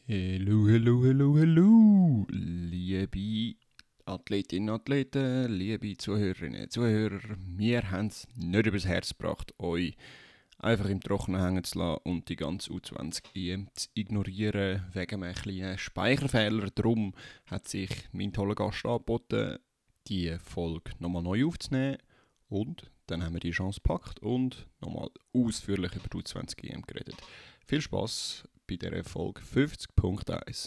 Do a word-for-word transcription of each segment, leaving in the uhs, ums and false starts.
Hallo, hallo, hallo, hallo, liebe Athletinnen und Athleten, liebe Zuhörerinnen und Zuhörer. Wir haben es nicht übers Herz gebracht, euch einfach im Trockenen hängen zu lassen und die ganze U zwanzig E M zu ignorieren wegen einem kleinen Speicherfehler. Darum hat sich mein toller Gast angeboten, die Folge nochmal neu aufzunehmen. Und dann haben wir die Chance gepackt und nochmal ausführlich über die U zwanzig E M geredet. Viel Spass bei dieser Folge fünfzig Punkt eins.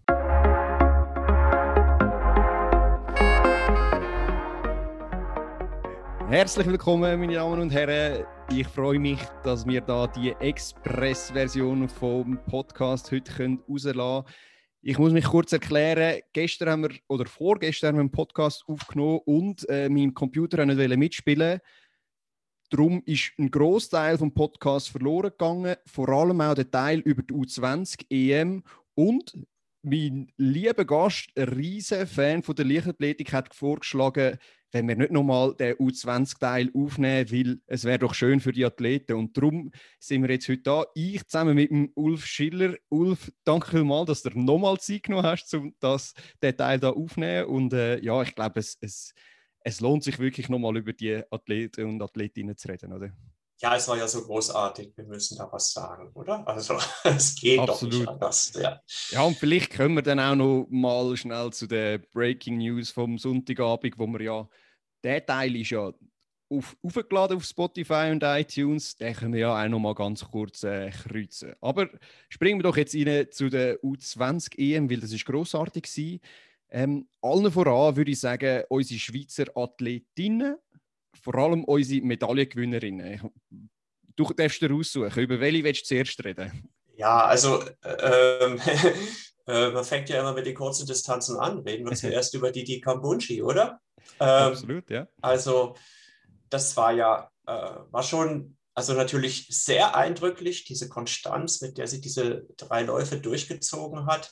Herzlich willkommen, meine Damen und Herren. Ich freue mich, dass wir da die Express-Version vom Podcast heute rauslassen können. Ich muss mich kurz erklären. Gestern haben wir, oder vorgestern haben wir einen Podcast aufgenommen und äh, mein Computer wollte nicht mitspielen. Darum ist ein Grossteil des Podcasts verloren gegangen, vor allem auch der Teil über die U zwanzig E M. Und mein lieber Gast, ein riesen Fan von der Leichtathletik, hat vorgeschlagen, wenn wir nicht nochmal den U zwanzig-Teil aufnehmen, weil es wäre doch schön für die Athleten. Und darum sind wir jetzt heute da. Ich zusammen mit dem Ulf Schiller. Ulf, danke vielmals, dass du nochmal Zeit genommen hast, um das, den Teil hier aufzunehmen. Und äh, ja, ich glaube, es, es Es lohnt sich wirklich nochmal über die Athleten und Athletinnen zu reden, oder? Ja, es war ja so großartig, wir müssen da was sagen, oder? Also es geht Absolut. Doch nicht anders. Ja. Ja, und vielleicht können wir dann auch noch mal schnell zu den Breaking News vom Sonntagabend, wo wir ja, der Teil ist ja auf, aufgeladen auf Spotify und iTunes, den können wir ja auch noch mal ganz kurz äh, kreuzen. Aber springen wir doch jetzt rein zu der U zwanzig E M, weil das ist grossartig war. Ähm, allen voran würde ich sagen, unsere Schweizer Athletinnen, vor allem unsere Medaillengewinnerinnen. Du darfst dir aussuchen, über welche willst du zuerst reden? Ja, also ähm, äh, man fängt ja immer mit den kurzen Distanzen an. Reden wir zuerst über Didi Kambundji, oder? Ähm, Absolut, ja. Also das war ja, äh, war schon, also natürlich sehr eindrücklich, diese Konstanz, mit der sie diese drei Läufe durchgezogen hat.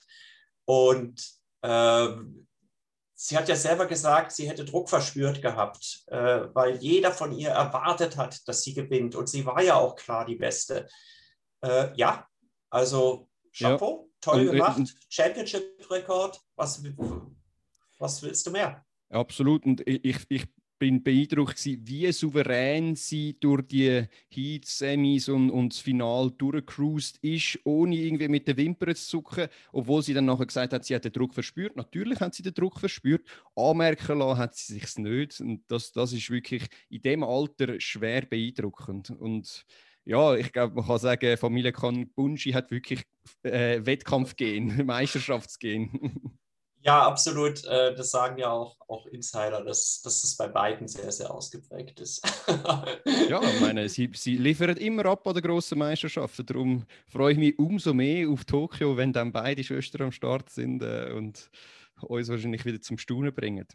Und ähm, sie hat ja selber gesagt, sie hätte Druck verspürt gehabt, äh, weil jeder von ihr erwartet hat, dass sie gewinnt. Und sie war ja auch klar die Beste. Äh, ja, also Chapeau, ja. Toll und, gemacht. Und, Championship-Rekord. Was, was willst du mehr? Absolut. Und ich, ich bin beeindruckt, wie souverän sie durch die Heats, Semis und, und das Finale durchgecruised ist, ohne irgendwie mit den Wimpern zu zucken, obwohl sie dann nachher gesagt hat, sie hat den Druck verspürt. Natürlich hat sie den Druck verspürt, anmerken lassen hat sie sich nicht. Und das, das ist wirklich in dem Alter schwer beeindruckend. Und ja, ich glaube, man kann sagen, Familie Kambundji hat wirklich äh, Wettkampfgehen, Meisterschaftsgehen. Ja, absolut. Das sagen ja auch, auch Insider, dass, dass das bei beiden sehr, sehr ausgeprägt ist. Ja, ich meine, sie, sie liefern immer ab an den grossen Meisterschaften. Darum freue ich mich umso mehr auf Tokio, wenn dann beide Schwestern am Start sind äh, und uns wahrscheinlich wieder zum Staunen bringen.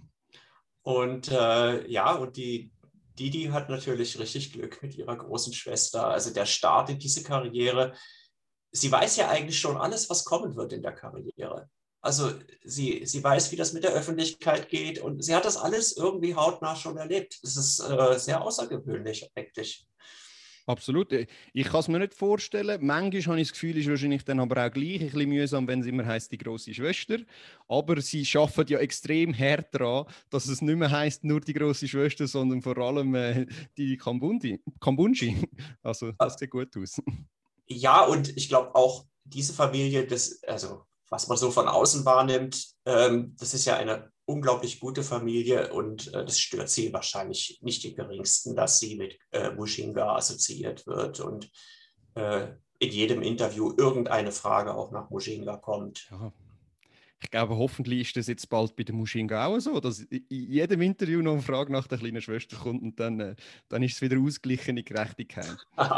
Und äh, ja, und die Didi hat natürlich richtig Glück mit ihrer großen Schwester. Also der Start in diese Karriere. Sie weiß ja eigentlich schon alles, was kommen wird in der Karriere. Also sie, sie weiß, wie das mit der Öffentlichkeit geht und sie hat das alles irgendwie hautnah schon erlebt. Das ist äh, sehr außergewöhnlich eigentlich. Absolut. Ich kann es mir nicht vorstellen. Manchmal habe ich das Gefühl, es ist wahrscheinlich dann aber auch gleich ein bisschen mühsam, wenn es immer heisst, die grosse Schwester. Aber sie arbeiten ja extrem hart daran, dass es nicht mehr heisst, nur die grosse Schwester, sondern vor allem äh, die Kambundji. Kambundji. Also das sieht gut aus. Ja, und ich glaube auch diese Familie, das, also was man so von außen wahrnimmt, ähm, das ist ja eine unglaublich gute Familie und äh, das stört sie wahrscheinlich nicht im geringsten, dass sie mit äh, Mushinga assoziiert wird und äh, in jedem Interview irgendeine Frage auch nach Mushinga kommt. Ja. Ich glaube, hoffentlich ist das jetzt bald bei der Mushinga auch so, dass in jedem Interview noch eine Frage nach der kleinen Schwester kommt und dann, äh, dann ist es wieder ausgeglichene Gerechtigkeit.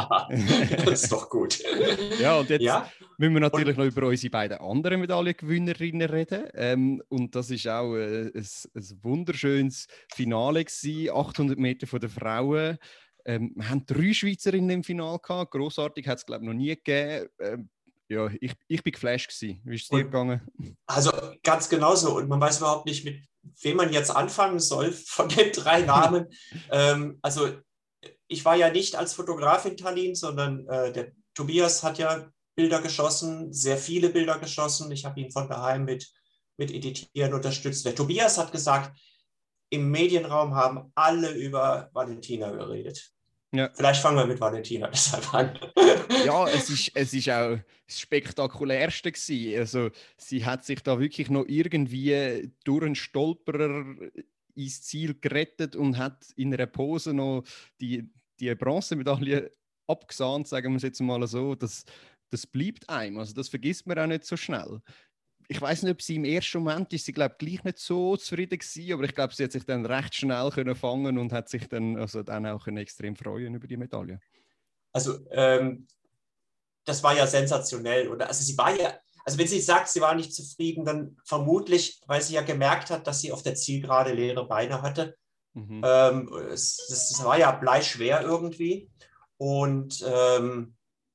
Das ist doch gut. Ja, und jetzt ja? müssen wir natürlich und, noch über unsere beiden anderen Medaillengewinnerinnen reden. Ähm, und das ist auch äh, ein, ein wunderschönes Finale gewesen, achthundert Meter von den Frauen. Ähm, wir haben drei Schweizerinnen im Finale gehabt. Grossartig hat es, glaube ich, noch nie gegeben. Ähm, Ja, ich, ich bin geflasht gewesen. Wie ist es dir gegangen? Also ganz genauso. Und man weiß überhaupt nicht, mit wem man jetzt anfangen soll von den drei Namen. ähm, also ich war ja nicht als Fotograf in Tallinn, sondern äh, der Tobias hat ja Bilder geschossen, sehr viele Bilder geschossen. Ich habe ihn von daheim mit, mit Editieren unterstützt. Der Tobias hat gesagt, im Medienraum haben alle über Valentina geredet. Ja. Vielleicht fangen wir mit Valentina deshalb an. Ja, es ist, es ist auch das Spektakulärste gewesen. Also, sie hat sich da wirklich noch irgendwie durch einen Stolperer ins Ziel gerettet und hat in einer Pose noch die, die Bronzemedaille abgesahnt, sagen wir es jetzt mal so. Das, das bleibt einem. Also, das vergisst man auch nicht so schnell. Ich weiß nicht, ob sie im ersten Moment ist sie, glaube ich, gleich nicht so zufrieden gewesen, aber ich glaube, sie hat sich dann recht schnell können fangen und hat sich dann, also dann auch extrem freuen über die Medaille. Also ähm, das war ja sensationell, oder? Also sie war ja, also wenn sie sagt, sie war nicht zufrieden, dann vermutlich, weil sie ja gemerkt hat, dass sie auf der Zielgerade leere Beine hatte. Mhm. Ähm, es, das war ja bleischwer irgendwie. Und ähm,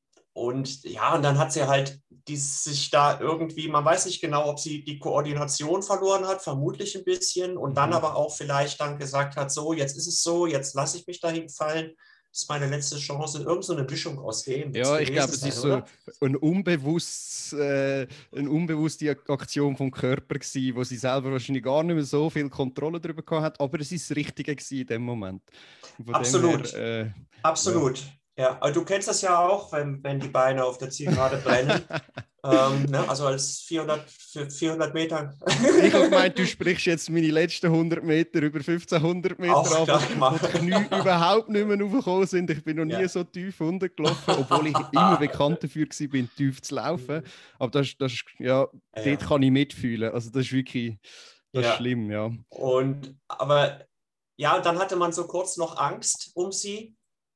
Und ja, und dann hat sie halt die, sich da irgendwie, man weiß nicht genau, ob sie die Koordination verloren hat, vermutlich ein bisschen. Und dann mhm. aber auch vielleicht dann gesagt hat, so, jetzt ist es so, jetzt lasse ich mich dahin fallen. Das ist meine letzte Chance. Irgend so eine Mischung aus dem. Ja, ich glaube, es ist so eine, unbewusst, äh, eine unbewusste Aktion vom Körper gewesen, wo sie selber wahrscheinlich gar nicht mehr so viel Kontrolle darüber hatte. Aber es ist das Richtige gewesen in dem Moment. Von Absolut. Dem her, äh, Absolut. Ja. Ja, aber du kennst das ja auch, wenn, wenn die Beine auf der Zielgerade brennen. ähm, ne? Also als vierhundert, vierhundert Meter. Ich habe gemeint, du sprichst jetzt meine letzten hundert Meter über fünfzehnhundert Meter auch ab, wo die Knie überhaupt nicht mehr raufgekommen sind. Ich bin noch nie ja. so tief runtergelaufen, obwohl ich immer bekannt dafür war, tief zu laufen. Aber das, das, ja, ja. dort kann ich mitfühlen. Also das ist wirklich das ja. ist schlimm, ja. Und, aber ja, dann hatte man so kurz noch Angst um sie.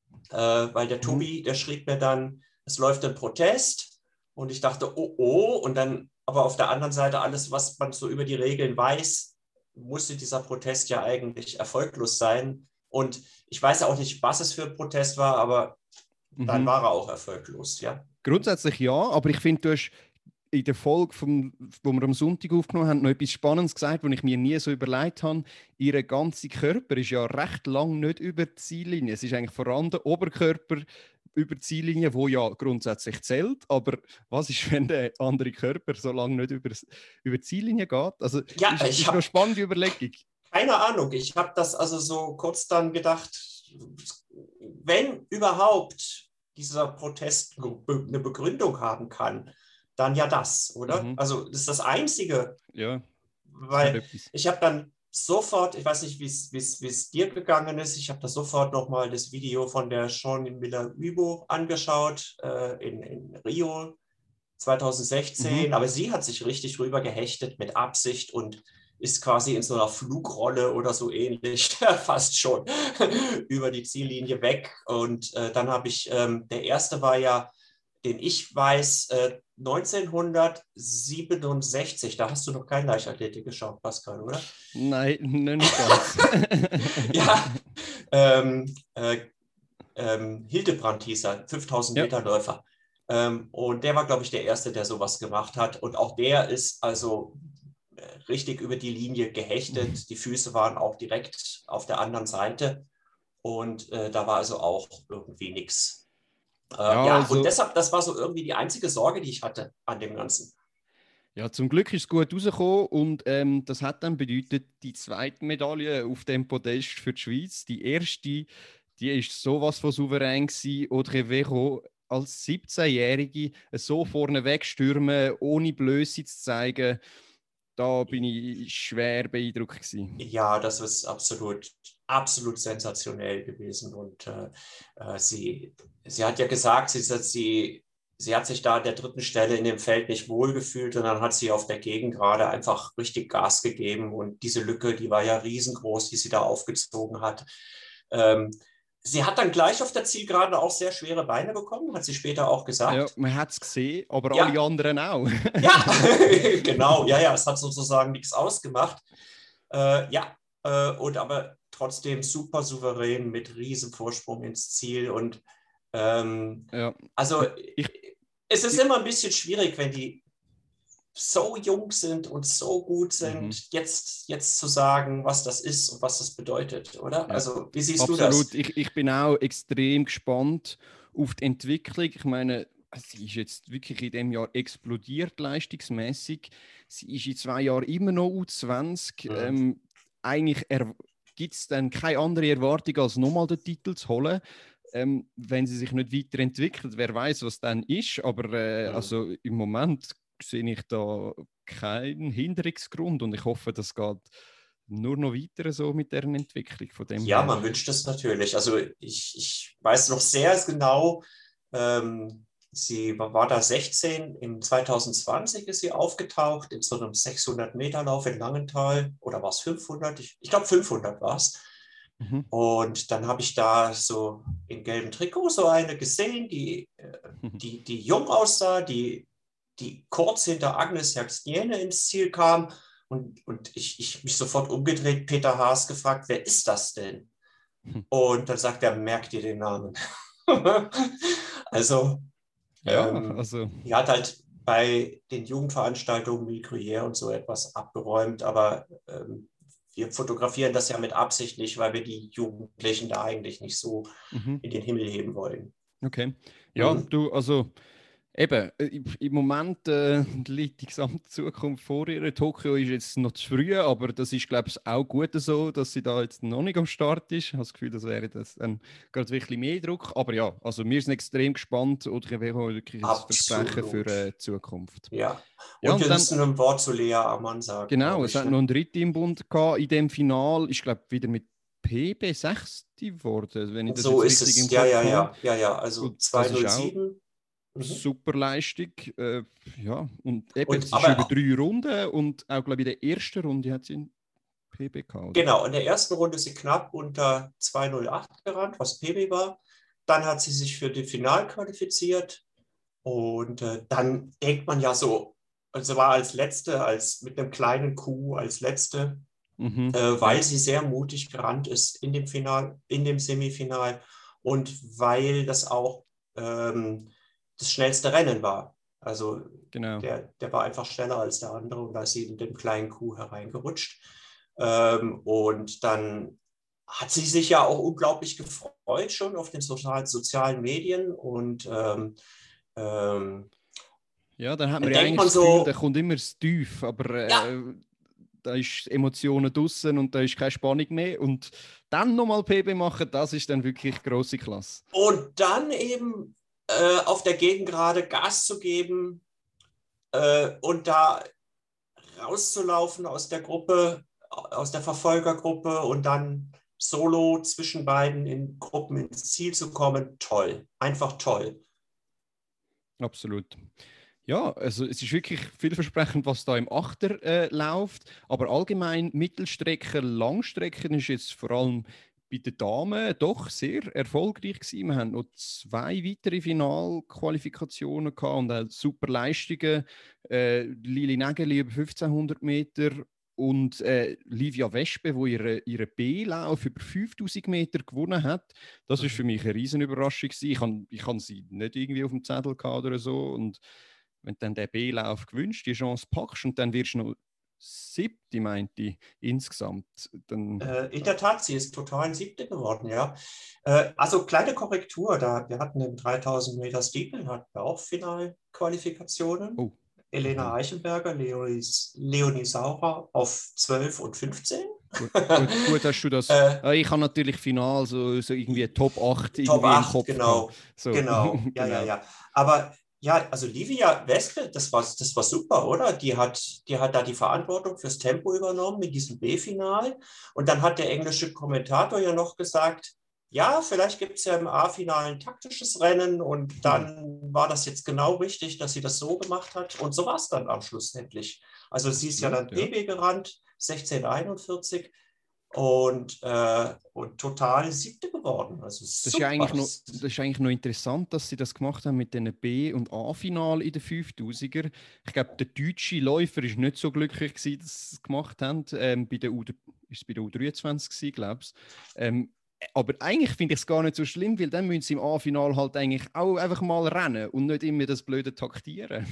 Äh, weil der Tobi, der schrieb mir dann, es läuft ein Protest und ich dachte, oh, oh, und dann aber auf der anderen Seite alles, was man so über die Regeln weiß, musste dieser Protest ja eigentlich erfolglos sein und ich weiß ja auch nicht, was es für ein Protest war, aber mhm. dann war er auch erfolglos, ja. Grundsätzlich ja, aber ich finde, du hast in der Folge, vom, wo wir am Sonntag aufgenommen haben, noch etwas Spannendes gesagt, was ich mir nie so überlegt habe. Ihr ganzer Körper ist ja recht lang nicht über die Ziellinie. Es ist eigentlich vor allem der Oberkörper über die Ziellinie, wo ja grundsätzlich zählt. Aber was ist, wenn der andere Körper so lange nicht über, über die Ziellinie geht? Also ja, ist, ist eine spannende Überlegung. Keine Ahnung. Ich habe das also so kurz dann gedacht, wenn überhaupt dieser Protest eine Begründung haben kann, dann ja das, oder? Mhm. Also das ist das Einzige. Ja. Weil ich habe dann sofort, ich weiß nicht, wie es dir gegangen ist, ich habe da sofort nochmal das Video von der Sean Miller-Uibo angeschaut äh, in, in Rio zwanzig sechzehn, mhm. aber sie hat sich richtig rüber gehechtet mit Absicht und ist quasi in so einer Flugrolle oder so ähnlich fast schon über die Ziellinie weg. Und äh, dann habe ich, ähm, der erste war ja, den ich weiß, äh, neunzehnhundertsiebenundsechzig, da hast du noch kein Leichtathletik geschaut, Pascal, oder? Nein, nicht ganz. ja, ähm, äh, ähm, Hildebrand hieß er, fünftausend ja. Meter Läufer. Ähm, und der war, glaube ich, der Erste, der sowas gemacht hat. Und auch der ist also äh, richtig über die Linie gehechtet. Die Füße waren auch direkt auf der anderen Seite. Und äh, da war also auch irgendwie nichts. Äh, ja, ja also, und deshalb, das war so irgendwie die einzige Sorge, die ich hatte an dem Ganzen. Ja, zum Glück ist es gut rausgekommen und ähm, das hat dann bedeutet, die zweite Medaille auf dem Podest für die Schweiz. Die erste, die ist sowas von souverän gewesen. Audrey Vero als siebzehnjährige so vorne wegstürmen, ohne Blöße zu zeigen. Da bin ich schwer beeindruckt gewesen. Ja, das ist absolut, absolut sensationell gewesen. Und äh, sie, sie hat ja gesagt, sie, sie, sie hat sich da an der dritten Stelle in dem Feld nicht wohlgefühlt und dann hat sie auf der Gegengerade einfach richtig Gas gegeben. Und diese Lücke, die war ja riesengroß, die sie da aufgezogen hat. Ähm, Sie hat dann gleich auf der Zielgeraden auch sehr schwere Beine bekommen, hat sie später auch gesagt. Ja, man hat es gesehen, aber ja. alle anderen auch. Ja, genau, ja, ja, es hat sozusagen nichts ausgemacht. Äh, ja, äh, und aber trotzdem super souverän mit riesen Vorsprung ins Ziel. Und ähm, ja. also ich, es ist ich, immer ein bisschen schwierig, wenn die so jung sind und so gut sind, mhm. jetzt, jetzt zu sagen, was das ist und was das bedeutet, oder? Ja. Also, wie siehst Absolut. du das? Ich, ich bin auch extrem gespannt auf die Entwicklung. Ich meine, sie ist jetzt wirklich in diesem Jahr explodiert leistungsmäßig. Sie ist in zwei Jahren immer noch U zwanzig. Mhm. Ähm, eigentlich er- gibt es dann keine andere Erwartung, als nochmal den Titel zu holen. Ähm, wenn sie sich nicht weiterentwickelt, wer weiß, was dann ist. Aber äh, mhm. also im Moment sehe ich da keinen Hinderungsgrund und ich hoffe, das geht nur noch weiter so mit deren Entwicklung von dem Ja, her. man wünscht es natürlich. Also ich, ich weiß noch sehr genau, ähm, sie war da sechzehn, im zwanzig zwanzig ist sie aufgetaucht in so einem sechshundert Meter Lauf in Langenthal, oder war es fünfhundert? Ich, ich glaube fünfhundert war es. Mhm. Und dann habe ich da so in gelbem Trikot so eine gesehen, die, die, die jung aussah, die, die kurz hinter Agnes Jagstniene ins Ziel kam. Und, und ich, ich mich sofort umgedreht, Peter Haas gefragt, wer ist das denn? Und dann sagt er, merkt ihr den Namen? also, ja, ähm, also, die hat halt bei den Jugendveranstaltungen wie Gruyère und so etwas abgeräumt, aber ähm, wir fotografieren das ja mit Absicht nicht, weil wir die Jugendlichen da eigentlich nicht so mhm. in den Himmel heben wollen. Okay. Ja, mhm. du, also eben, im Moment äh, liegt die gesamte Zukunft vor ihr. Tokio ist jetzt noch zu früh, aber das ist, glaube ich, auch gut so, dass sie da jetzt noch nicht am Start ist. Ich habe das Gefühl, das wäre das dann gerade wirklich mehr Druck. Aber ja, also wir sind extrem gespannt und ich will wirklich ein Versprechen für äh, die Zukunft. Ja, und, ja, und wir dann, müssen ein Wort zu Lea Amann sagen. Genau, ich, es hat ne? noch einen Dritten im Bund gehabt in dem Final. Ich glaube, wieder mit P B sechs geworden, wenn ich das so jetzt ist richtig es. im ja, Kopf ja, habe. ja, ja, ja, also zwei null sieben. Mhm. Super Leistung. Äh, ja, und eben, und, es ist über drei Runden und auch, glaube ich, in der ersten Runde hat sie einen P B gehabt. Oder? Genau, in der ersten Runde ist sie knapp unter zwei null acht gerannt, was P B war. Dann hat sie sich für den Final qualifiziert und äh, dann denkt man ja so, also war als Letzte, als mit einem kleinen Coup als Letzte, mhm, äh, weil ja. sie sehr mutig gerannt ist in dem Final, in dem Semifinal und weil das auch ähm, das schnellste Rennen war. Also genau. der, der war einfach schneller als der andere und da ist sie in dem kleinen Coup hereingerutscht. Ähm, und dann hat sie sich ja auch unglaublich gefreut schon auf den sozialen, sozialen Medien und ähm, ähm, ja, dann hat man ja eigentlich man das Gefühl, so, da kommt immer das Tief, aber äh, ja. da ist Emotionen draussen und da ist keine Spannung mehr und dann nochmal P B machen, das ist dann wirklich grosse Klasse. Und dann eben äh, auf der Gegengrade Gas zu geben äh, und da rauszulaufen aus der Gruppe, aus der Verfolgergruppe und dann solo zwischen beiden in Gruppen ins Ziel zu kommen, toll. Einfach toll. Absolut. Ja, also es ist wirklich vielversprechend, was da im Achter äh, läuft, aber allgemein Mittelstrecken, Langstrecken ist jetzt vor allem bei den Damen doch sehr erfolgreich gewesen. Wir haben noch zwei weitere Finalqualifikationen gehabt und auch super Leistungen. Äh, Lili Nägeli über fünfzehnhundert Meter und äh, Livia Wespe, die ihre, ihre B-Lauf über fünftausend Meter gewonnen hat. Das war für mich eine riesen Überraschung gewesen. Ich habe ich hab sie nicht irgendwie auf dem Zettel gehabt oder so. Und wenn du dann den B-Lauf gewünscht, die Chance packst und dann wirst du noch siebte, meinte ich, insgesamt. Dann äh, in der Tat, sie ist total siebte geworden, ja. Äh, also kleine Korrektur, da, wir hatten im dreitausend Meter Steeple, hatten wir auch Finalqualifikationen. Oh. Elena Eichenberger, Leonie, Leonie Saurer auf zwölf und fünfzehn. Gut, gut, gut hast du das. äh, ich habe natürlich final so, so irgendwie Top acht irgendwie Top acht, im Kopf. Genau, so. genau, ja, genau. ja, ja. Aber ja, also Livia Wespe, das war, das war super, oder? Die hat, die hat da die Verantwortung fürs Tempo übernommen in diesem B-Final. Und dann hat der englische Kommentator ja noch gesagt, ja, vielleicht gibt es ja im A-Final ein taktisches Rennen und dann war das jetzt genau richtig, dass sie das so gemacht hat. Und so war es dann am Schluss endlich. Also sie ist ja dann P B gerannt, sechzehn einundvierzig und, äh, und total siebte geworden. Also das, ist ja eigentlich noch, das ist eigentlich noch interessant, dass sie das gemacht haben mit den B- und A-Final in den fünftausiger. Ich glaube, der deutsche Läufer war nicht so glücklich gewesen, dass sie es gemacht haben. Ähm, bei der U, ist es bei der U dreiundzwanzig, glaube ich. Ähm, aber eigentlich finde ich es gar nicht so schlimm, weil dann müssen sie im A-Final halt eigentlich auch einfach mal rennen und nicht immer das blöde Taktieren.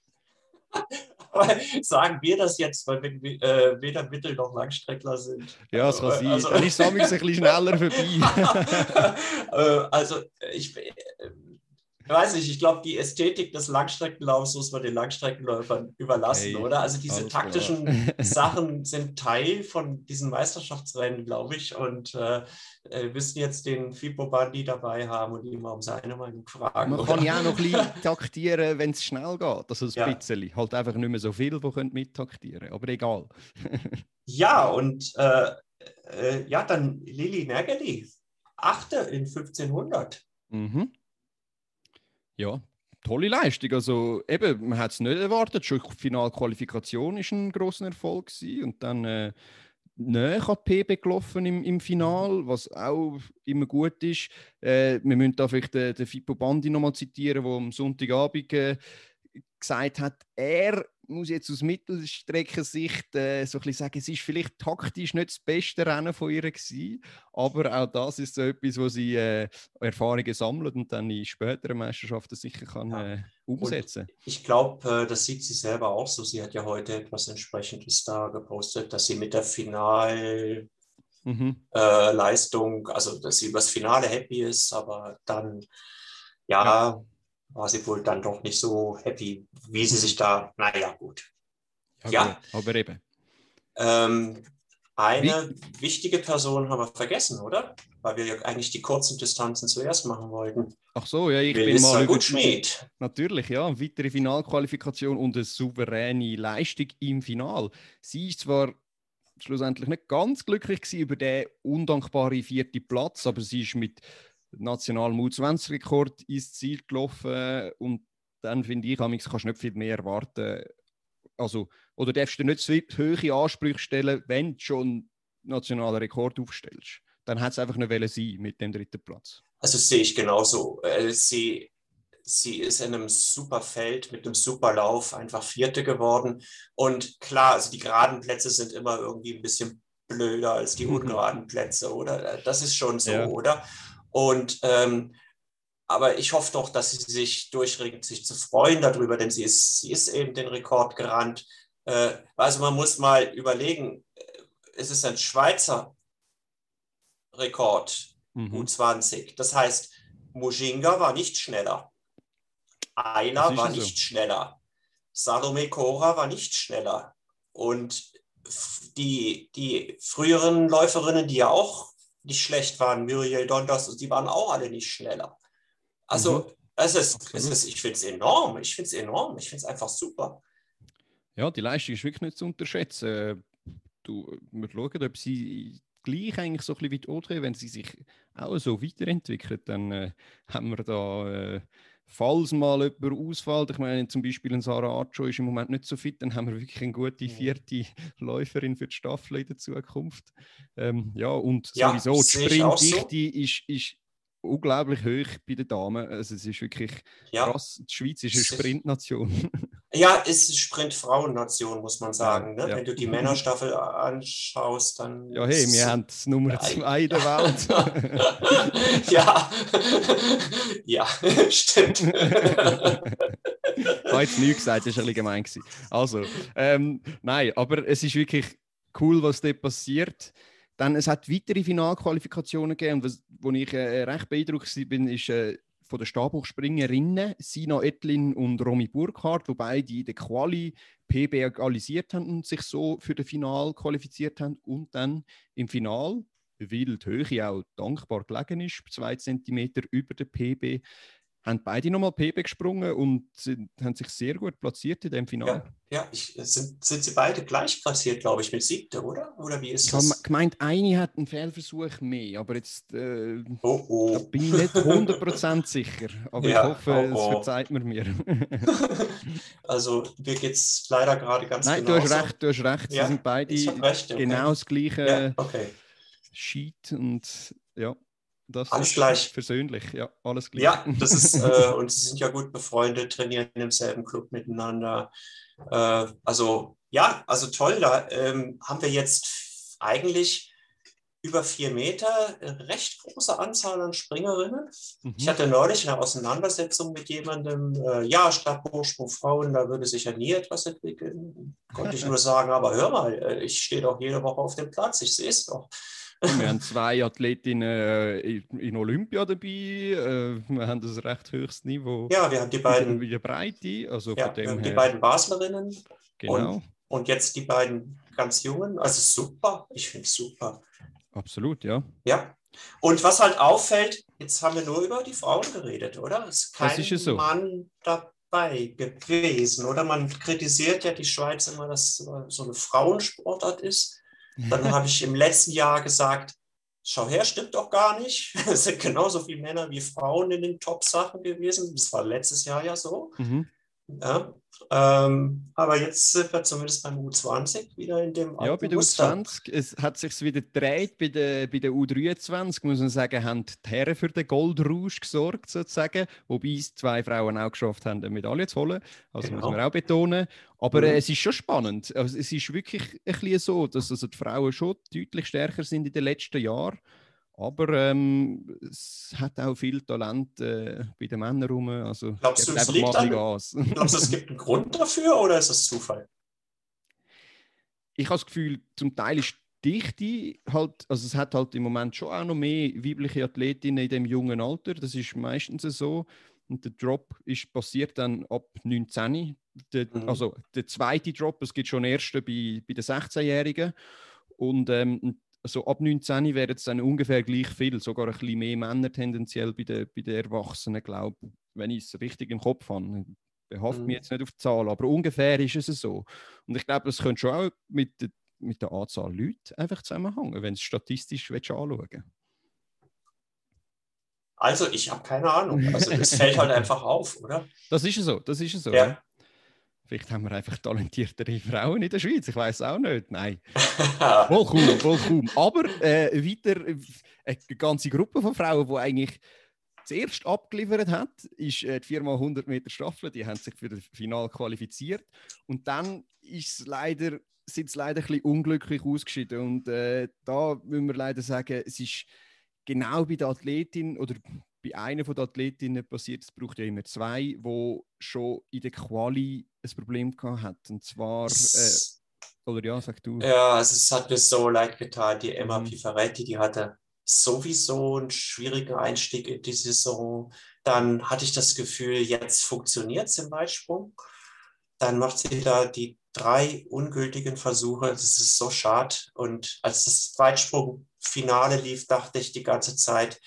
Aber sagen wir das jetzt, weil wir äh, weder Mittel- noch Langstreckler sind? Ja, es kann sein. Also, dann ist es ein bisschen schneller vorbei. äh, also ich, äh, weiß nicht, ich glaube, die Ästhetik des Langstreckenlaufs muss man den Langstreckenläufern überlassen, Okay, oder? Also diese alles taktischen klar. Sachen sind Teil von diesen Meisterschaftsrennen, glaube ich. Und äh, wir müssen jetzt den Fippo Bandi dabei haben und ihn mal um seine Meinung fragen, Man kann oder? ja auch noch ein bisschen taktieren, wenn es schnell geht. Also ein Ja, bisschen. Halt einfach nicht mehr so viel, die mittaktieren können. Aber egal. ja und äh, äh, ja, dann Lili Nergeli, Achte in fünfzehnhundert. Mhm. Ja, tolle Leistung. Also eben, man hat es nicht erwartet. Schon die Finalqualifikation war ein grosser Erfolg gewesen. Und dann äh, näher an die P B gelaufen im, im Final, was auch immer gut ist. Äh, wir müssen da vielleicht den, den Fippo Bandi nochmal zitieren, der am Sonntagabend äh, gesagt hat, er muss jetzt aus Mittelstreckensicht äh, so ein bisschen sagen, es ist vielleicht taktisch nicht das beste Rennen von ihr gewesen, aber auch das ist so etwas, wo sie äh, Erfahrungen sammelt und dann in späteren Meisterschaften sicher kann Ja. äh, umsetzen. Und ich glaube, äh, das sieht sie selber auch so. Sie hat ja heute etwas Entsprechendes da gepostet, dass sie mit der Finalleistung, Mhm. äh, also dass sie über das Finale happy ist, aber dann, ja, Ja. war sie wohl dann doch nicht so happy, wie sie Mhm. sich da, naja, gut. Ja, Ja, gut, aber eben. ähm, eine Wie? wichtige Person haben wir vergessen, oder? Weil wir ja eigentlich die kurzen Distanzen zuerst machen wollten. Ach so, ja, ich bin Melissa mal über, über Gutschmied. natürlich, ja, eine weitere Finalqualifikation und eine souveräne Leistung im Final. Sie ist zwar schlussendlich nicht ganz glücklich gewesen über den undankbaren vierten Platz, aber sie ist mit nationalem U zwanzig Rekord ins Ziel gelaufen und dann finde ich, kannst du nicht viel mehr erwarten. Also, oder darfst du nicht so hohe Ansprüche stellen, wenn du schon nationalen Rekord aufstellst. Dann hat es einfach nicht wollen sein mit dem dritten Platz. Also sehe ich genauso. Sie, sie ist in einem super Feld mit einem super Lauf einfach Vierte geworden. Und klar, also die geraden Plätze sind immer irgendwie ein bisschen blöder als die ungeraden Plätze, oder? Das ist schon so, Ja. oder? Und ähm, aber ich hoffe doch, dass sie sich durchringt, sich zu freuen darüber, denn sie ist, sie ist eben den Rekord gerannt. Äh, also man muss mal überlegen, es ist ein Schweizer Rekord, Mhm. U zwanzig. Das heißt, Mujinga war nicht schneller. Ayla war so. nicht schneller. Salome Cora war nicht schneller. Und die, die früheren Läuferinnen, die ja auch nicht schlecht waren, Muriel Dondos, die waren auch alle nicht schneller. Also mhm. es ist, es ist, ich finde es enorm. Ich finde es enorm. Ich finde es einfach super. Ja, die Leistung ist wirklich nicht zu unterschätzen. Du, wir schauen, ob sie gleich eigentlich so ein bisschen wie die Audrey, wenn sie sich auch so weiterentwickelt, dann äh, haben wir da, äh, falls mal jemand ausfällt, ich meine zum Beispiel ein Sarah Acho ist im Moment nicht so fit, dann haben wir wirklich eine gute vierte Läuferin für die Staffel in der Zukunft. Ähm, ja, und ja, sowieso, die Sprintdichte so. ist, ist unglaublich hoch bei den Damen. Also es ist wirklich ja. krass. Die Schweiz ist eine Sprintnation. Ja, ist Sprint-Frauen-Nation, muss man sagen. Ja, Ne? ja. Wenn du die Männerstaffel anschaust, dann. Ja, hey, wir haben das Nummer zwei in der Welt. ja, ja, stimmt. Ich habe jetzt nichts gesagt, das war ein bisschen gemein. Also, ähm, nein, aber es ist wirklich cool, was dort passiert. Dann, es hat weitere Finalqualifikationen gegeben. Und was, wo ich äh, recht beeindruckt bin, ist äh, von den Stabhochspringerinnen Sina Ettlin und Romy Burkhardt, wobei die in der Quali P B egalisiert haben und sich so für das Final qualifiziert haben. Und dann im Final, weil die Höhe auch dankbar gelegen ist, zwei Zentimeter über der P B, haben beide nochmal P B gesprungen und sind, haben sich sehr gut platziert in dem Finale. Ja, ja ich, sind, sind sie beide gleich platziert, glaube ich, mit siebter, oder? Oder wie ist ich das? Ich habe gemeint, eine hat einen Fehlversuch mehr, aber jetzt äh, oh, oh. Da bin ich nicht hundert Prozent sicher. Aber ja, ich hoffe, oh, oh. es verzeiht mir mir. Also mir geht es leider gerade ganz Nein, genauso. du hast recht, du hast recht. Sie ja, sind beide recht, okay. genau das gleiche ja, okay. Sheet und ja. Das alles ist gleich. Persönlich, ja, alles gleich. Ja, das ist, äh, und sie sind ja gut befreundet, trainieren im selben Club miteinander. Äh, also, ja, also toll, da ähm, haben wir jetzt eigentlich über vier Meter recht große Anzahl an Springerinnen. Mhm. Ich hatte neulich eine Auseinandersetzung mit jemandem, äh, ja, Stabhochsprung Frauen, da würde sich ja nie etwas entwickeln. Konnte ich nur sagen, aber hör mal, ich stehe doch jede Woche auf dem Platz, ich sehe es doch. Wir haben zwei Athletinnen äh, in Olympia dabei. Äh, wir haben ein recht höchstes Niveau. Ja, wir haben die beiden. In der Breite. Also ja, von dem wir haben her, die beiden Baslerinnen. Genau. Und, und jetzt die beiden ganz Jungen. Also super. Ich finde es super. Absolut, ja. Ja. Und was halt auffällt, jetzt haben wir nur über die Frauen geredet, oder? Es ist kein Das ist ja so. Mann dabei gewesen, oder? Man kritisiert ja die Schweiz immer, dass es so eine Frauensportart ist. Dann habe ich im letzten Jahr gesagt, schau her, stimmt doch gar nicht. Es sind genauso viele Männer wie Frauen in den Top-Sachen gewesen. Das war letztes Jahr ja so. Mhm. Ja, ähm, aber jetzt sind wir zumindest beim U zwanzig wieder in dem Ja, bei der Muster. U zwanzig, es hat sich wieder gedreht. Bei der, bei der U dreiundzwanzig, muss man sagen, haben die Herren für den Goldrausch gesorgt, sozusagen. Wobei es zwei Frauen auch geschafft haben, eine Medaille zu holen. Also Genau. muss man auch betonen. Aber Mhm. äh, es ist schon spannend. Also, es ist wirklich ein bisschen so, dass also die Frauen schon deutlich stärker sind in den letzten Jahren. Aber ähm, es hat auch viel Talent äh, bei den Männern rum. Also, Glaubst du, es einfach liegt mal ein an, bisschen Gas. glaubst du, es gibt einen Grund dafür oder ist es Zufall? Ich habe das Gefühl, zum Teil ist die Dichte halt, also es hat halt im Moment schon auch noch mehr weibliche Athletinnen in dem jungen Alter. Das ist meistens so. Und der Drop ist passiert dann ab neunzehn. Der, Mhm. Also der zweite Drop, es gibt schon den ersten bei, bei den sechzehnjährigen. Und ähm, also ab neunzehn wären es dann ungefähr gleich viel, sogar ein bisschen mehr Männer tendenziell bei den, bei den Erwachsenen, glaube ich, wenn ich es richtig im Kopf habe. Ich behaft mich Mhm. jetzt nicht auf die Zahl, aber ungefähr ist es so. Und ich glaube, das könnte schon auch mit der, mit der Anzahl Leute einfach zusammenhängen, wenn du es statistisch anschauen willst. Also, ich habe keine Ahnung. Also, es fällt halt einfach auf, oder? Das ist so, das ist so. Ja. Ja. Vielleicht haben wir einfach talentiertere Frauen in der Schweiz, ich weiß auch nicht. Nein. Wohl kaum, wohl kaum. Aber äh, weiter, äh, eine ganze Gruppe von Frauen, die eigentlich zuerst abgeliefert hat, ist äh, die vier mal hundert Meter Staffel. Die haben sich für das Finale qualifiziert. Und dann ist es leider, sind sie leider ein bisschen unglücklich ausgeschieden. Und äh, da müssen wir leider sagen, es ist genau bei der Athletin oder bei einer der Athletinnen passiert, es braucht ja immer zwei, die schon in der Quali ein Problem gehabt hat. Und zwar, äh, oder ja, sag du. Ja, also es hat mir so leid getan. Die Emma Mhm. Pifaretti, die hatte sowieso einen schwierigen Einstieg in die Saison. Dann hatte ich das Gefühl, jetzt funktioniert es im Weitsprung. Dann macht sie da die drei ungültigen Versuche. Das ist so schade. Und als das Weitsprungfinale lief, dachte ich die ganze Zeit,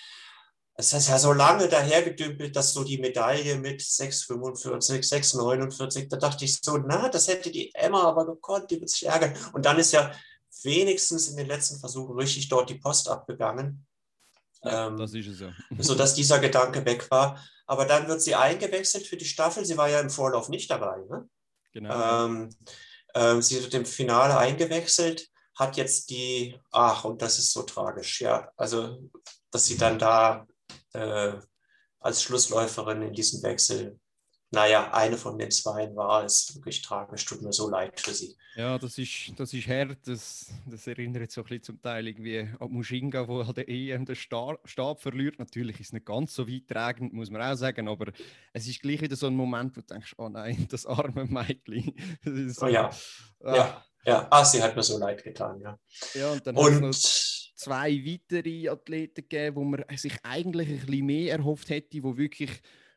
es ist ja so lange dahergedümpelt, dass so die Medaille mit sechs fünfundvierzig, sechs neunundvierzig, da dachte ich so, na, das hätte die Emma aber gekonnt, die wird sich ärgern. Und dann ist ja wenigstens in den letzten Versuchen richtig dort die Post abgegangen, Ja, ähm, das ist es so. sodass dieser Gedanke weg war. Aber dann wird sie eingewechselt für die Staffel. Sie war ja im Vorlauf nicht dabei. Ne? Genau. Ähm, ähm, sie wird im Finale eingewechselt, hat jetzt die, ach, und das ist so tragisch, ja, also, dass sie dann da äh, als Schlussläuferin in diesem Wechsel, naja, eine von den zwei war, ist wirklich tragisch, tut mir so leid für sie. Ja, das ist, das ist hart. Das, das erinnert so ein bisschen zum Teil irgendwie an Mushinga, wo halt der E M den Stab, Stab verliert. Natürlich ist es nicht ganz so weittragend, muss man auch sagen, aber es ist gleich wieder so ein Moment, wo du denkst, oh nein, das arme Mädchen. Das ist so, Oh ja, ah. ja, ja, ah, sie hat mir so leid getan, ja. Ja, und dann hat es noch Und zwei weitere Athleten gegeben, wo man sich eigentlich ein bisschen mehr erhofft hätte, die wirklich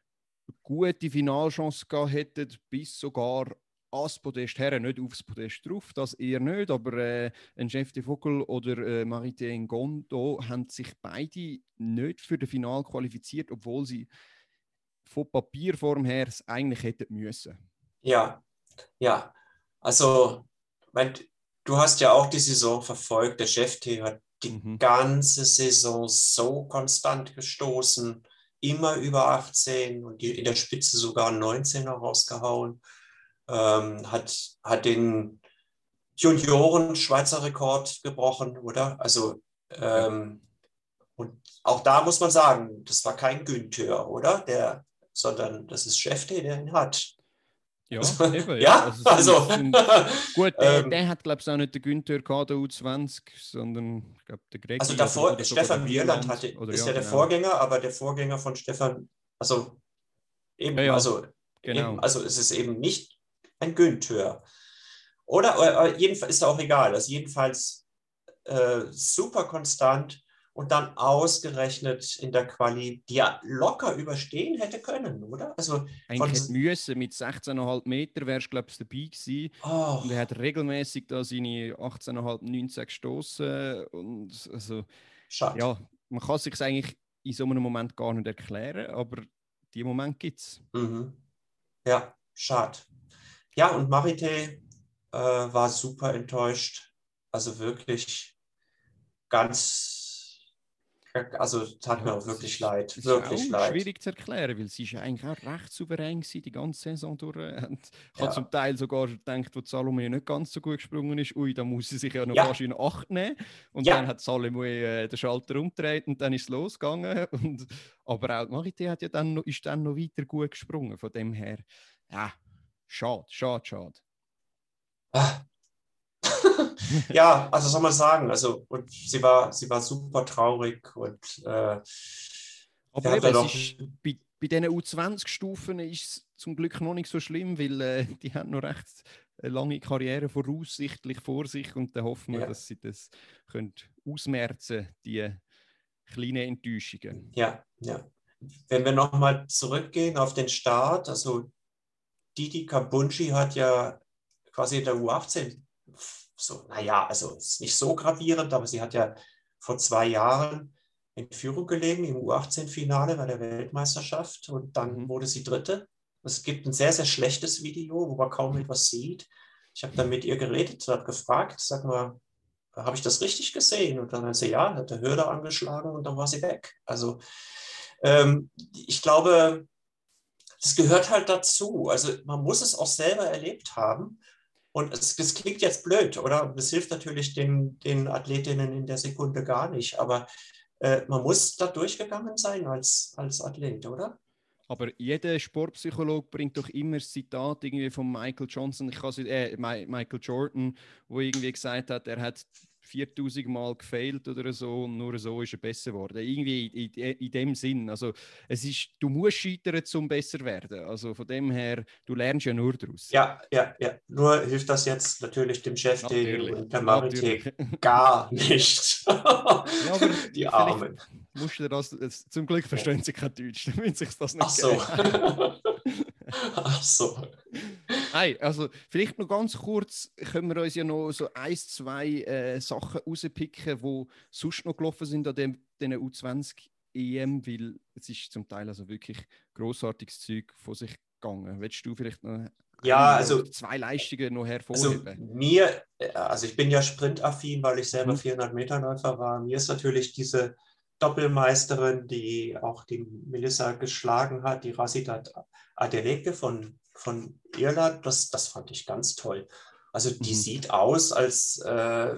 gute Finalchance gehabt hätten, bis sogar ans Podest her, nicht aufs Podest drauf, das eher nicht, aber äh, ein Chef de Vogel oder äh, Marité Ngondo haben sich beide nicht für das Final qualifiziert, obwohl sie von Papierform her es eigentlich hätten müssen. ja, ja, also, mein, du hast ja auch die Saison verfolgt, der Chef-T hat die Mhm. ganze Saison so konstant gestoßen, immer über achtzehn und die, in der Spitze sogar neunzehner rausgehauen. Ähm, hat, hat den Junioren-Schweizer Rekord gebrochen, oder? Also, Ja. ähm, und auch da muss man sagen, das war kein Günther, oder? Der, sondern das ist Chef-T, der ihn hat. Ja, Also, eben, ja. ja, Also, es also sind, es sind, gut, der, ähm, der hat, glaube ich, auch nicht den Günther gehabt, der U zwanzig, sondern, ich glaube, der Gregi also oder, davor, oder sogar der Stefan Wierland Bierland. hatte, Oder ist ja, ja der genau. Vorgänger, aber der Vorgänger von Stefan, also Ja, eben, ja, also genau. eben, also es ist eben nicht ein Günther. Oder äh, jedenfalls ist auch egal. Also jedenfalls äh, super konstant und dann ausgerechnet in der Quali, die ja locker überstehen hätte können, oder? Also von, Eigentlich hätte müssen, mit sechzehn Komma fünf Meter wärst du, glaube ich, dabei gewesen. oh, Und er hat regelmäßig da seine achtzehn Komma fünf, neunzehn gestoßen. Und also, schade. ja, man kann es sich eigentlich in so einem Moment gar nicht erklären, aber die Moment gibt es. Mhm. Ja, schade. Ja, und Marite äh, war super enttäuscht. Also wirklich ganz, also tat mir Ja, auch es wirklich ist, leid, es ist wirklich auch leid. schwierig zu erklären, weil sie ist ja eigentlich auch recht souverän gewesen, die ganze Saison durch. Und ich habe zum Ja, Teil sogar gedacht, wo Salome nicht ganz so gut gesprungen ist, ui, da muss sie sich ja noch ja, fast in Acht nehmen. Und dann ja, hat Salome äh, den Schalter umgedreht und dann ist es losgegangen. Und, aber auch Marité hat ja dann noch, ist dann noch weiter gut gesprungen. Von dem her, ja, schade, schade, schade. ah. Ja, also soll man sagen, also und sie war, sie war super traurig und äh, wir Aber haben eben, da es noch, ist, bei, bei diesen U zwanzig-Stufen ist es zum Glück noch nicht so schlimm, weil äh, die haben noch recht eine lange Karriere voraussichtlich vor sich und dann hoffen wir, ja, dass sie das können ausmerzen, die kleinen Enttäuschungen. ja, ja. Wenn wir nochmal zurückgehen auf den Start, also Didi Kabunci hat ja quasi in der U achtzehn, so, naja, also ist nicht so gravierend, aber sie hat ja vor zwei Jahren in Führung gelegen im U achtzehn-Finale bei der Weltmeisterschaft und dann Mhm. wurde sie Dritte. Es gibt ein sehr, sehr schlechtes Video, wo man kaum etwas sieht. Ich habe dann mit ihr geredet und habe gefragt, sag mal, habe ich das richtig gesehen? Und dann hat sie, ja, hat der Hürde angeschlagen und dann war sie weg. Also ähm, ich glaube, das gehört halt dazu. Also man muss es auch selber erlebt haben. Und es, das klingt jetzt blöd, oder? Das hilft natürlich den, den Athletinnen in der Sekunde gar nicht. Aber äh, man muss da durchgegangen sein als, als Athlet, oder? Aber jeder Sportpsychologe bringt doch immer das Zitat irgendwie von Michael Johnson, ich kann äh, Michael Jordan, wo irgendwie gesagt hat, er hat viertausend Mal gefailt oder so und nur so ist er besser geworden. Irgendwie in, in, in dem Sinn. Also es ist, du musst scheitern, um besser zu werden. Also von dem her, du lernst ja nur daraus. Ja, ja, ja. Nur hilft das jetzt natürlich dem Chef-T Natürlich, und der natürlich. Marité gar nicht. Ja, aber Die vielleicht Armen. musst du das, zum Glück Ja. verstehen sie kein Deutsch, damit sich das Ach nicht so. geben. Ach so. Nein, also vielleicht noch ganz kurz können wir uns ja noch so ein, zwei äh, Sachen rauspicken, die sonst noch gelaufen sind an dem, den U zwanzig E M, weil es ist zum Teil also wirklich grossartiges Zeug von sich gegangen. Willst du vielleicht noch Ja, eine oder also zwei Leistungen noch Also hervorheben? mir, also ich bin ja sprintaffin, weil ich selber Mhm. vierhundert Meter Läufer war. Mir ist natürlich diese Doppelmeisterin, die auch die Melissa geschlagen hat, die Rasidat Adeleke von, von Irland, das, das fand ich ganz toll. Also die Mhm. sieht aus, als, äh,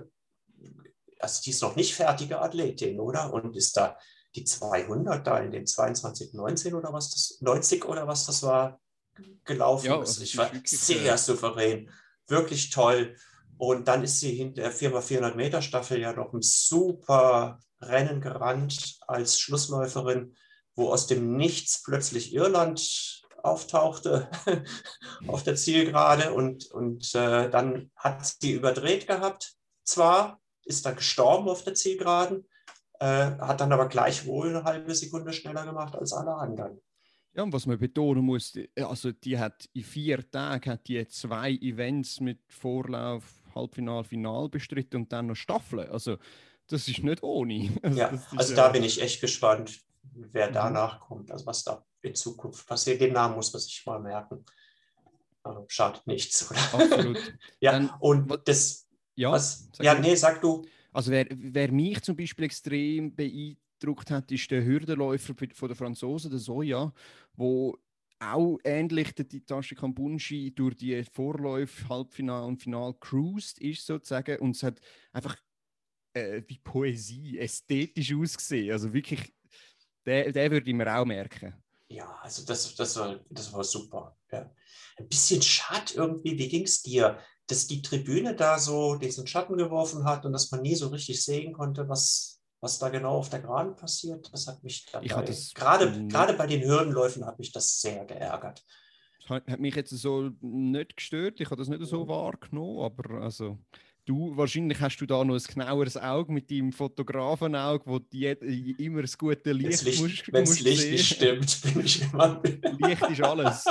also die ist noch nicht fertige Athletin, oder? Und ist da die zweihundert da in den zweiundzwanzig neunzehn oder was das, neunzig oder was das war, Ja, gelaufen. also Ich es war ist wirklich sehr äh, souverän, wirklich toll. Und dann ist sie hinter der vier mal vierhundert Meter Staffel ja noch ein super Rennen gerannt als Schlussläuferin, wo aus dem Nichts plötzlich Irland auftauchte auf der Zielgerade und, und äh, dann hat sie überdreht gehabt. Zwar ist er gestorben auf der Zielgeraden, äh, hat dann aber gleichwohl eine halbe Sekunde schneller gemacht als alle anderen. ja, und was man betonen muss, also die hat in vier Tagen hat die zwei Events mit Vorlauf, Halbfinal, Final bestritten und dann noch Staffeln. Also das ist nicht ohne. Also Ja, das ist also da ja. bin ich echt gespannt, wer Mhm. danach kommt, also was da in Zukunft passiert. Den Namen muss man sich mal merken. Also schadet nichts, oder? Absolut. Ja, Dann, und wa- das, ja, was, sag ja, nur. nee, sag du. Also wer, wer mich zum Beispiel extrem beeindruckt hat, ist der Hürdenläufer von der Franzosen, der Soja, wo auch ähnlich der Titashi Kambunshi durch die Vorläufe, Halbfinale und Final cruised ist sozusagen und es hat einfach äh, wie Poesie, ästhetisch ausgesehen. Also wirklich, der, der würde ich mir auch merken. Ja, also das, das, war, das war super. Ja. Ein bisschen schade irgendwie, wie ging es dir, dass die Tribüne da so diesen Schatten geworfen hat und dass man nie so richtig sehen konnte, was, was da genau auf der Geraden passiert. Das hat mich Ich habe dabei, das gerade, nicht, gerade bei den Hürdenläufen hat mich das sehr geärgert. hat, hat mich jetzt so nicht gestört. Ich habe das nicht so Mhm. wahrgenommen, aber also Du, wahrscheinlich hast du da noch ein genaueres Auge mit deinem Fotografenauge, wo du immer das gute Licht, Licht musst, wenn das musst Licht sehen. nicht stimmt, bin ich immer... Licht ist alles.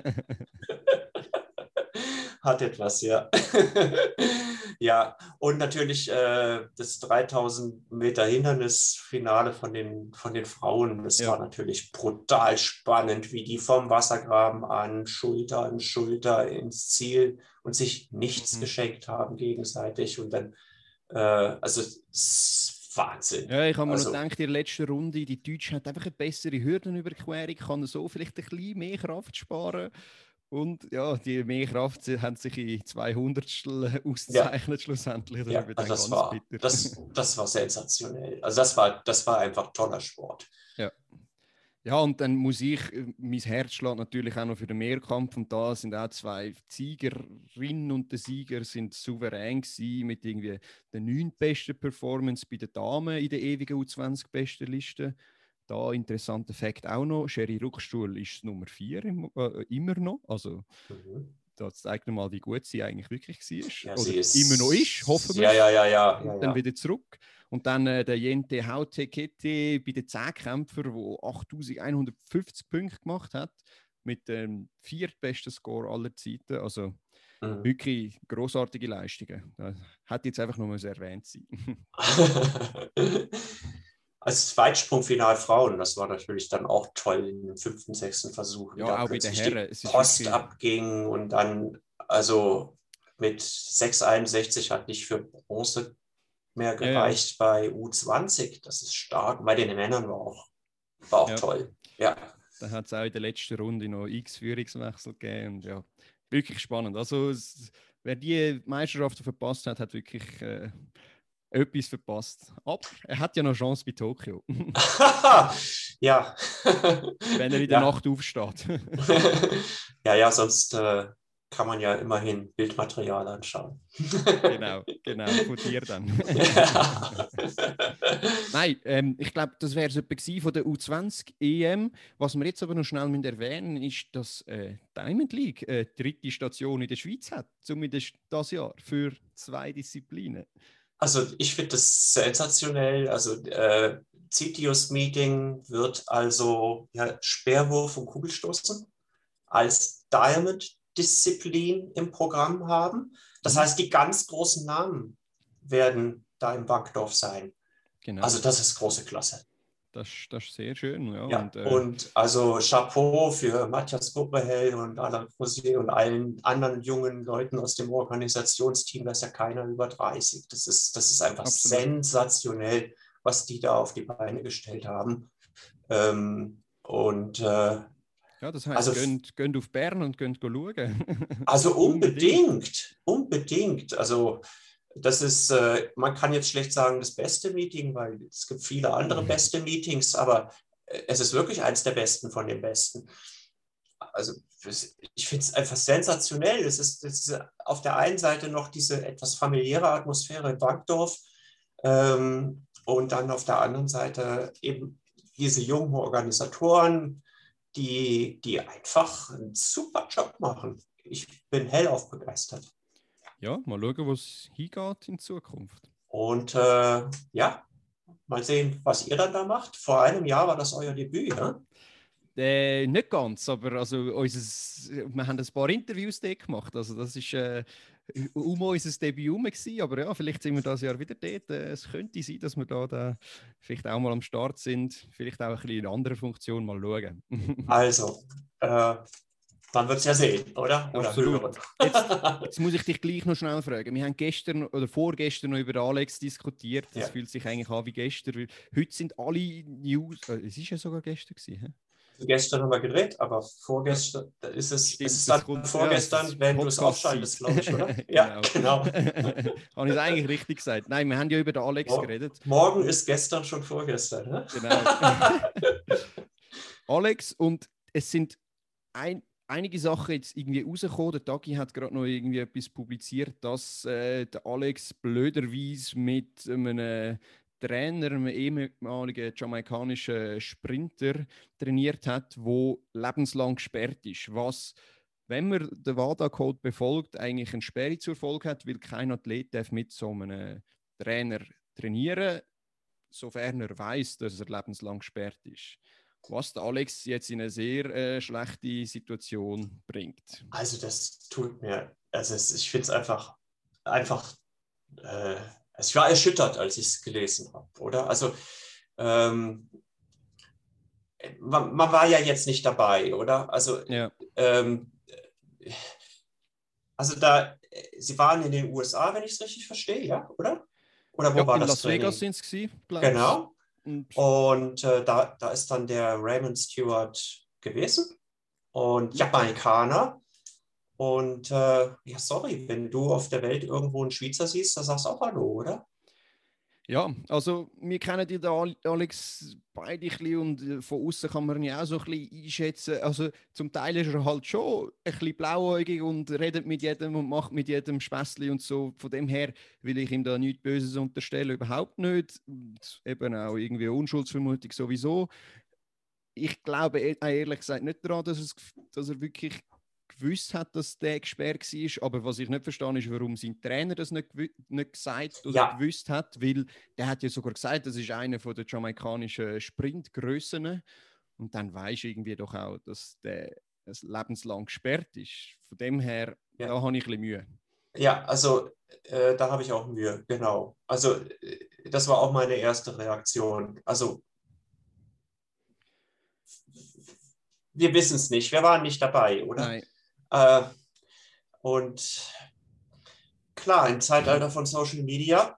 Hat etwas, ja. Ja, und natürlich äh, das dreitausend Meter Hindernisfinale von den, von den Frauen, das Ja. war natürlich brutal spannend, wie die vom Wassergraben an Schulter an Schulter ins Ziel und sich nichts Mhm. geschenkt haben gegenseitig. Und dann, äh, also es ist Wahnsinn. Ja, ich habe mir Also, noch gedacht, in der letzten Runde, die Deutschen hat einfach eine bessere Hürdenüberquerung, kann so vielleicht ein bisschen mehr Kraft sparen. Und ja, die mehr Kraft haben sich in zwei Hundertstel ja, ausgezeichnet schlussendlich. Das ja, ist dann also das ganz war, bitter. das, das war sensationell. Also das war, das war einfach toller Sport. Ja. Ja, und dann muss ich, mein Herz schlägt natürlich auch noch für den Mehrkampf und da sind auch zwei Siegerinnen und der Sieger sind souverän gewesen mit irgendwie der neuntbesten Performance bei den Damen in der ewigen U zwanzig-Bestenliste. Da interessanter Fakt auch noch, Sherry Ruckstuhl ist Nummer vier im, äh, immer noch, also Mhm. das zeigt nochmal, wie gut sie eigentlich wirklich Ja, war. Oder sie ist, immer noch ist, hoffen wir ja, es. ja, ja, ja, ja, Dann ja. wieder zurück. Und dann äh, der Jente Haute-Kete bei den Zehnkämpfern, der achttausendeinhundertfünfzig Punkte gemacht hat, mit dem viertbesten Score aller Zeiten. Also Mhm. wirklich grossartige Leistungen. Das hat jetzt einfach nur erwähnt sein. Als Weitsprungfinal Frauen, das war natürlich dann auch toll in dem fünften, sechsten Versuch, wie Ja, da auch bei den plötzlich Herren. die Es ist Post wirklich... abging und dann, also mit sechs Komma einundsechzig hat nicht für Bronze mehr Ja, ja. gereicht bei U zwanzig. Das ist stark. Bei den Männern war auch, war auch Ja. toll. Ja. Dann hat es auch in der letzten Runde noch x Führungswechsel gegeben. Und ja, wirklich spannend. Also, es, wer die Meisterschaften verpasst hat, hat wirklich äh, etwas verpasst. Aber er hat ja noch Chance bei Tokio. Ja. Wenn er in der Ja. Nacht aufsteht. Ja, ja, sonst äh, kann man ja immerhin Bildmaterial anschauen. Genau, genau, von dir dann. Nein, ähm, ich glaube, das wäre es etwa gewesen von der U zwanzig E M. Was wir jetzt aber noch schnell erwähnen müssen, ist, dass äh, Diamond League eine dritte Station in der Schweiz hat, zumindest das Jahr, für zwei Disziplinen. Also ich finde das sensationell. Also äh, Citius Meeting wird also ja, Speerwurf und Kugelstoßen als Diamond-Disziplin im Programm haben. Das Mhm. heißt, die ganz großen Namen werden da im Bankdorf sein. Genau. Also das ist große Klasse. Das, das ist sehr schön. Ja, Ja, und, äh, und also Chapeau für Matthias Bubrehell und Alain Crosier und allen anderen jungen Leuten aus dem Organisationsteam. Da ist ja keiner über dreißig. Das ist, das ist einfach absolut. sensationell, was die da auf die Beine gestellt haben. Ähm, und äh, Ja, das heißt, also, gönnt, gönnt auf Bern und gönnt schauen. also unbedingt, unbedingt. Also das ist, äh, man kann jetzt schlecht sagen, das beste Meeting, weil es gibt viele andere beste Meetings, aber äh, es ist wirklich eins der besten von den besten. Also ich finde es einfach sensationell. Es ist, es ist auf der einen Seite noch diese etwas familiäre Atmosphäre in Bankdorf ähm, und dann auf der anderen Seite eben diese jungen Organisatoren, die, die einfach einen super Job machen. Ich bin hellauf begeistert. Ja, mal schauen, wo es hingeht in Zukunft. Und äh, ja, mal sehen, was ihr dann da macht. Vor einem Jahr war das euer Debüt, ne? Äh, nicht ganz, aber also unseres, wir haben ein paar Interviews dort gemacht. Also das ist äh, um unser Debüt herum gewesen, aber ja, vielleicht sind wir das Jahr wieder dort. Äh, es könnte sein, dass wir da, da vielleicht auch mal am Start sind, vielleicht auch ein bisschen in einer anderen Funktion mal schauen. Also, äh, man wird es ja sehen, oder? Oder Absolut. hören. Jetzt, jetzt muss ich dich gleich noch schnell fragen. Wir haben gestern oder vorgestern noch über Alex diskutiert. Das Ja. fühlt sich eigentlich an wie gestern. Heute sind alle News. Äh, es ist ja sogar gestern gewesen. He? Gestern haben wir gedreht, aber vorgestern ist es, Stimmt, ist es das dann kommt, vorgestern, ja, wenn du es Podcast-Zeit. aufschaltest, glaube ich, oder? Genau. Ja, genau. Habe ich es eigentlich richtig gesagt? Nein, wir haben ja über den Alex Mor geredet. Morgen ist gestern schon vorgestern. Ne? Genau. Alex, und es sind ein, einige Sachen jetzt irgendwie rausgekommen. Der Tagi hat gerade noch irgendwie etwas publiziert, dass äh, der Alex blöderweise mit einem Trainer, einem ehemaligen jamaikanischen Sprinter trainiert hat, der lebenslang gesperrt ist. Was wenn man den WADA-Code befolgt, eigentlich eine Sperre zur Folge hat, weil kein Athlet darf mit so einem Trainer trainieren, sofern er weiß, dass er lebenslang gesperrt ist. Was der Alex jetzt in eine sehr äh, schlechte Situation bringt. Also das tut mir, also es, ich finde es einfach, einfach, äh, also ich war erschüttert, als ich es gelesen habe, oder? Also ähm, man, man war ja jetzt nicht dabei, oder? Also, Ja. ähm, also da, Sie waren in den U S A, wenn ich es richtig verstehe, ja, oder? Oder wo Ja, war in das Las Training? Vegas sind es gewesen, glaube ich. Genau. Und äh, da, da ist dann der Raymond Stewart gewesen und Jamaikaner. Und äh, ja, sorry, wenn du auf der Welt irgendwo einen Schweizer siehst, dann sagst du auch Hallo, oder? Ja, also wir kennen die da, Alex, beide ein bisschen und äh, von außen kann man ihn ja auch so ein bisschen einschätzen. Also zum Teil ist er halt schon ein bisschen blauäugig und redet mit jedem und macht mit jedem Späßli und so. Von dem her will ich ihm da nichts Böses unterstellen, überhaupt nicht. Und eben auch irgendwie Unschuldsvermutung sowieso. Ich glaube e- ehrlich gesagt nicht daran, dass, es, dass er wirklich gewusst hat, dass der gesperrt war. Aber was ich nicht verstehe, ist, warum sein Trainer das nicht, nicht gesagt oder Ja. gewusst hat. Weil der hat ja sogar gesagt, das ist einer der jamaikanischen Sprintgrössen. Und dann weiß irgendwie doch auch, dass der lebenslang gesperrt ist. Von dem her, Ja, da habe ich ein bisschen Mühe. ja, also äh, da habe ich auch Mühe, genau. Also äh, das war auch meine erste Reaktion. Also wir wissen es nicht, wir waren nicht dabei, oder? Nein. Äh, und klar, im Zeitalter von Social Media,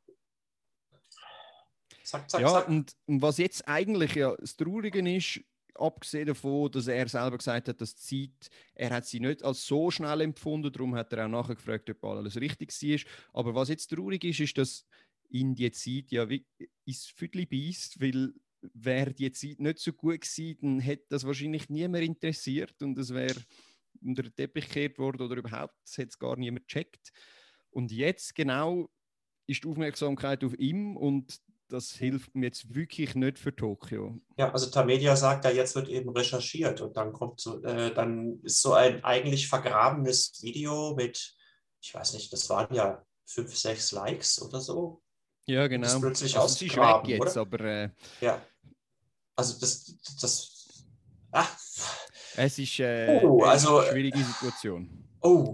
zack, zack, Ja, zack. und, und was jetzt eigentlich ja das Traurige ist, abgesehen davon, dass er selber gesagt hat, dass die Zeit, er hat sie nicht als so schnell empfunden, darum hat er auch nachher gefragt, ob alles richtig war. Aber was jetzt traurig ist, ist, dass ihn die Zeit ja wie ins Viertel beißt, weil wäre die Zeit nicht so gut gewesen, dann hätte das wahrscheinlich niemand interessiert und es wäre unter den Teppich gekehrt worden oder überhaupt, das hätte es gar niemand gecheckt. Und jetzt genau ist die Aufmerksamkeit auf ihm und das hilft mir jetzt wirklich nicht für Tokio. Ja, also Tamedia sagt ja, jetzt wird eben recherchiert und dann kommt so, äh, dann ist so ein eigentlich vergrabenes Video mit, ich weiß nicht, das waren ja fünf, sechs Likes oder so. Ja, Und das genau. plötzlich Also es ist weg ausgegraben, jetzt, oder? aber äh, Ja, also das, das, ah, es ist äh, oh, eine also, schwierige Situation. oh,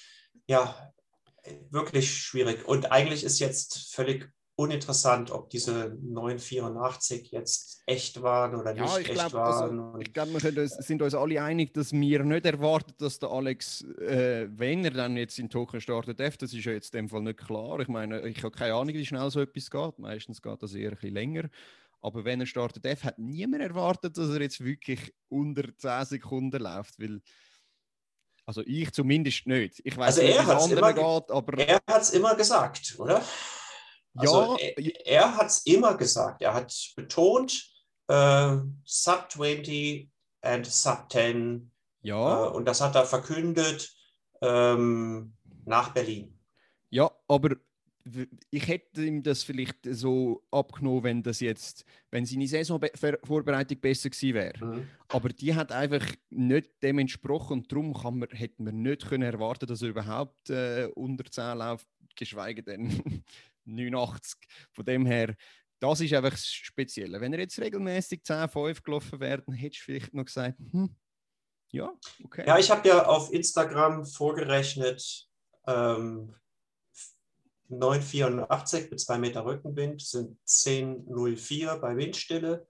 ja, wirklich schwierig. Und eigentlich ist jetzt völlig uninteressant, ob diese neun vierundachtzig jetzt echt waren oder Ja, nicht ich echt glaube, also waren. ich Und glaube, wir können uns, sind uns alle einig, dass wir nicht erwarten, dass der Alex, äh, wenn er dann jetzt in Tokio startet, darf. Das ist ja jetzt in dem Fall nicht klar. Ich meine, ich habe keine Ahnung, wie schnell so etwas geht. Meistens geht das eher ein bisschen länger. Aber wenn er startet darf, hat niemand erwartet, dass er jetzt wirklich unter zehn Sekunden läuft, weil also ich zumindest nicht. Ich also weiß nicht, wie er es hat es immer, anderen geht, aber er hat's immer gesagt, oder? Also ja, er, er hat es immer gesagt. Er hat betont, äh, Sub zwanzig and Sub zehn. Äh, ja, und das hat er verkündet ähm, nach Berlin. ja, aber w- ich hätte ihm das vielleicht so abgenommen, wenn das jetzt, wenn seine Saisonvorbereitung besser gewesen wäre. Mhm. Aber die hat einfach nicht dem entsprochen und darum kann man, hätte man nicht können erwarten, dass er überhaupt äh, unter zehn läuft, geschweige denn neunundachtzig. Von dem her, das ist einfach das Spezielle. Wenn er jetzt regelmäßig zehn fünf gelaufen wäre, dann hättest du vielleicht noch gesagt, hm, ja, okay. Ja, ich habe ja auf Instagram vorgerechnet, ähm, neun vierundachtzig mit zwei Meter Rückenwind sind zehn null vier bei Windstille.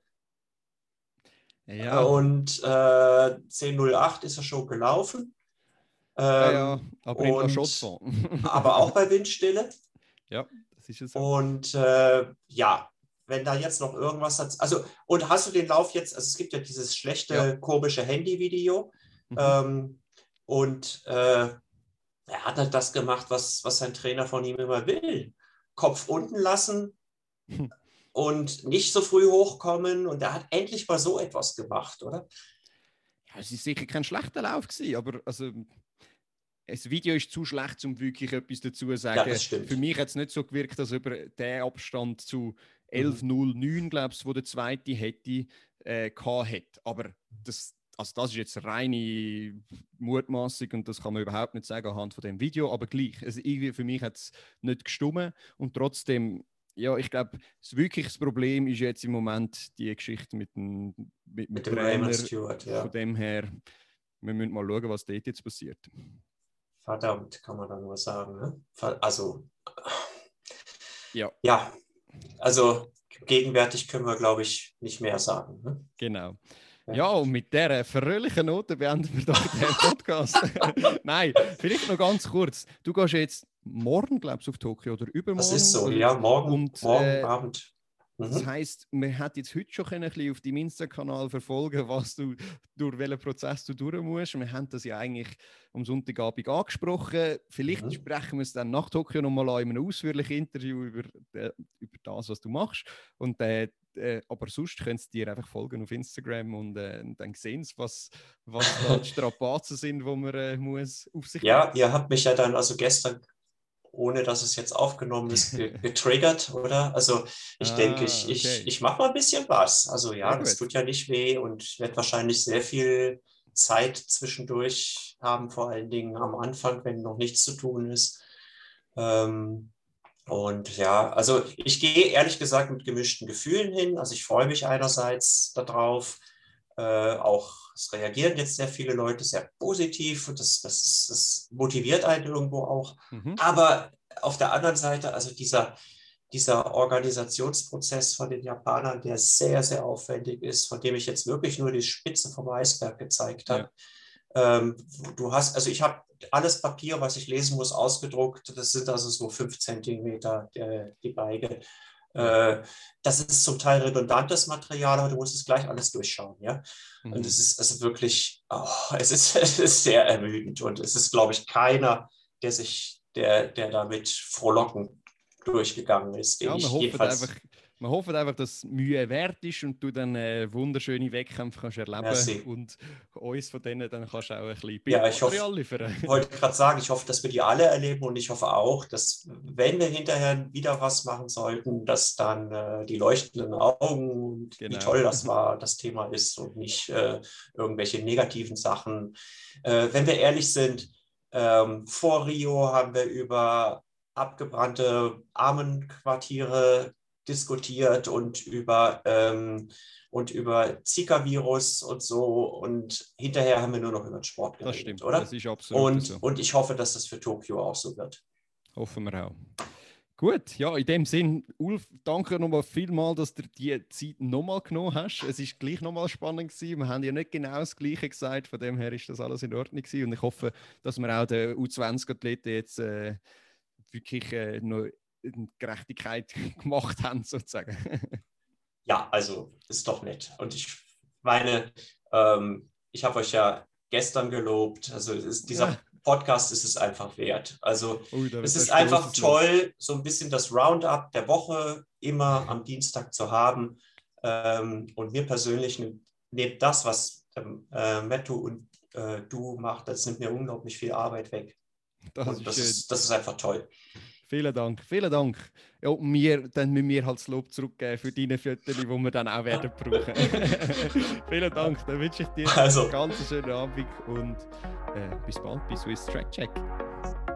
Ja, Und äh, zehn null acht ist er schon gelaufen. ja, ja, Ähm, aber in La und Chaux-de-Fonds. aber auch bei Windstille. Ja, das ist es so. Und äh, ja, wenn da jetzt noch irgendwas hat. Also, und hast du den Lauf jetzt? Also, es gibt ja dieses schlechte, Ja. komische Handy-Video. Mhm. Ähm, und äh, er hat halt das gemacht, was, was sein Trainer von ihm immer will. Kopf unten lassen Hm. und nicht so früh hochkommen. Und er hat endlich mal so etwas gemacht, oder? Ja, es ist sicher kein schlechter Lauf gewesen, aber also, das Video ist zu schlecht, um wirklich etwas dazu zu Ja, sagen. das stimmt. Für mich hat es nicht so gewirkt, dass über den Abstand zu elf null neun, glaube ich, wo der zweite hätte, äh, gehabt hätte. Aber das, also das ist jetzt reine Mutmaßung und das kann man überhaupt nicht sagen anhand von dem Video, aber gleich, also irgendwie für mich hat es nicht gestimmt und trotzdem, ja, ich glaube, das wirkliche Problem ist jetzt im Moment die Geschichte mit dem, mit, mit mit dem Trainer. Raymond Stewart, ja. Von dem her, wir müssen mal schauen, was dort jetzt passiert. Verdammt, kann man da nur sagen. Ne? Also, ja. ja, also gegenwärtig können wir, glaube ich, nicht mehr sagen. Ne? Genau. Ja. ja, und mit dieser fröhlichen Note beenden wir doch den Podcast. Nein, vielleicht noch ganz kurz. Du gehst jetzt morgen, glaubst du, auf Tokio oder übermorgen? Das ist so, oder? ja, morgen, und, morgen äh, Abend. Mhm. Das heisst, man hat jetzt heute schon ein bisschen auf deinem Insta-Kanal verfolgen, was du, durch welchen Prozess du durch musst. Wir haben das ja eigentlich am Sonntagabend angesprochen. Vielleicht mhm. sprechen wir es dann nach Tokio nochmal an in einem ausführlichen Interview über, äh, über das, was du machst. Und, äh, äh, aber sonst könnt ihr dir einfach folgen auf Instagram und äh, dann sehen sie, was, was da die Strapazen sind, die man äh, muss auf sich Ja, nehmen. Ihr habt mich ja dann also gestern, ohne dass es jetzt aufgenommen ist, getriggert, oder? Also ich ah, denke, ich, okay. ich, ich mache mal ein bisschen was. Also ja, das tut ja nicht weh und ich werde wahrscheinlich sehr viel Zeit zwischendurch haben, vor allen Dingen am Anfang, wenn noch nichts zu tun ist. Ähm, und ja, also ich gehe ehrlich gesagt mit gemischten Gefühlen hin. Also ich freue mich einerseits darauf, äh, auch es reagieren jetzt sehr viele Leute sehr positiv und das, das, ist, das motiviert einen irgendwo auch. Mhm. Aber auf der anderen Seite, also dieser, dieser Organisationsprozess von den Japanern, der sehr, sehr aufwendig ist, von dem ich jetzt wirklich nur die Spitze vom Eisberg gezeigt habe. Ja. Ähm, du hast, also ich habe alles Papier, was ich lesen muss, ausgedruckt. Das sind also so fünf Zentimeter äh, die Beige. Äh, das ist zum Teil redundantes Material, aber du musst es gleich alles durchschauen. Ja? Mhm. Und es ist also wirklich, oh, es, ist, es ist sehr ermüdend. Und es ist, glaube ich, keiner, der sich, der, der damit frohlockend durchgegangen ist. Den ja, ich man, jedenfalls hofft einfach, man hofft einfach, dass es Mühe wert ist und du dann äh, wunderschöne Wettkämpfe kannst erleben Merci. Und uns von denen dann kannst du auch ein bisschen Bildmaterial ja, liefern. Ich wollte gerade sagen, ich hoffe, dass wir die alle erleben und ich hoffe auch, dass, wenn wir hinterher wieder was machen sollten, dass dann äh, die leuchtenden Augen und genau. wie toll das war, das Thema ist und nicht äh, irgendwelche negativen Sachen. Äh, wenn wir ehrlich sind, ähm, vor Rio haben wir über abgebrannte Armenquartiere diskutiert und über, ähm, und über Zika-Virus und so und hinterher haben wir nur noch über den Sport geredet, das stimmt, oder? Das ist absolut und, so. Und ich hoffe, dass das für Tokio auch so wird. Hoffen wir auch. Gut, ja, in dem Sinn, Ulf, danke nochmal vielmals, dass du die Zeit nochmal genommen hast. Es war gleich nochmal spannend gewesen. Wir haben ja nicht genau das Gleiche gesagt, von dem her ist das alles in Ordnung gewesen. Und ich hoffe, dass wir auch den U zwanzig Athleten jetzt äh, wirklich äh, noch Gerechtigkeit gemacht haben, sozusagen. Ja, also ist doch nett. Und ich meine, ähm, ich habe euch ja gestern gelobt. Also ist, dieser ja. Podcast ist es einfach wert. Also Ui, es ist einfach toll, los. so ein bisschen das Roundup der Woche immer am Dienstag zu haben. Ähm, und mir persönlich nimmt, nimmt das, was äh, Mettu und äh, du macht, das nimmt mir unglaublich viel Arbeit weg. Das, und ist, das, ist, das ist einfach toll. Vielen Dank, vielen Dank. Ja, und wir, dann müssen wir halt das Lob zurückgeben für deine Fotos, die wir dann auch werden brauchen. Vielen Dank, dann wünsche ich dir also. einen ganz schönen Abend und äh, bis bald bei Swiss Track Check.